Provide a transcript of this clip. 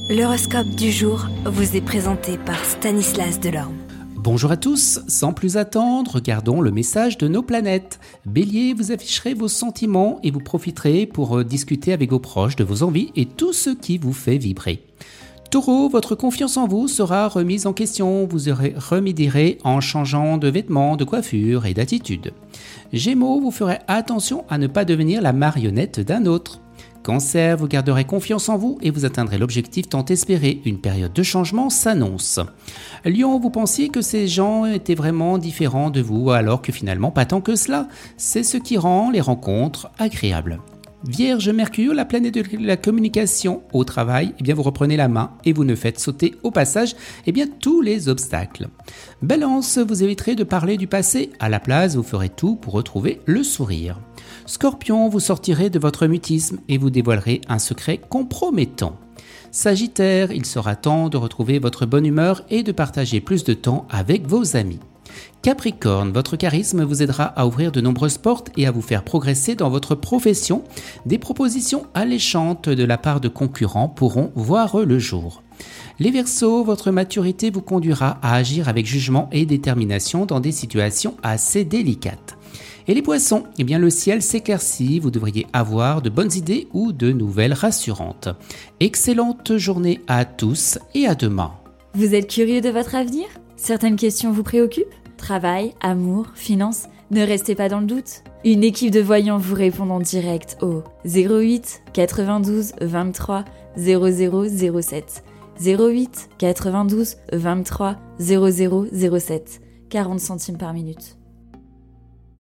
L'horoscope du jour vous est présenté par Stanislas Delorme. Bonjour à tous, sans plus attendre, regardons le message de nos planètes. Bélier, vous afficherez vos sentiments et vous profiterez pour discuter avec vos proches de vos envies et tout ce qui vous fait vibrer. Taureau, votre confiance en vous sera remise en question, vous remédierez en changeant de vêtements, de coiffure et d'attitude. Gémeaux, vous ferez attention à ne pas devenir la marionnette d'un autre. Cancer, vous garderez confiance en vous et vous atteindrez l'objectif tant espéré. Une période de changement s'annonce. Lion, vous pensiez que ces gens étaient vraiment différents de vous alors que finalement pas tant que cela. C'est ce qui rend les rencontres agréables. Vierge, Mercure, la planète de la communication au travail, vous reprenez la main et vous ne faites sauter au passage tous les obstacles. Balance, vous éviterez de parler du passé, à la place vous ferez tout pour retrouver le sourire. Scorpion, vous sortirez de votre mutisme et vous dévoilerez un secret compromettant. Sagittaire, il sera temps de retrouver votre bonne humeur et de partager plus de temps avec vos amis. Capricorne, votre charisme vous aidera à ouvrir de nombreuses portes et à vous faire progresser dans votre profession. Des propositions alléchantes de la part de concurrents pourront voir le jour. Les Verseaux, votre maturité vous conduira à agir avec jugement et détermination dans des situations assez délicates. Et les Poissons, le ciel s'éclaircit, vous devriez avoir de bonnes idées ou de nouvelles rassurantes. Excellente journée à tous et à demain. Vous êtes curieux de votre avenir ? Certaines questions vous préoccupent ? Travail, amour, finances ? Ne restez pas dans le doute. Une équipe de voyants vous répond en direct au 08 92 23 0007. 08 92 23 0007. 40 centimes par minute.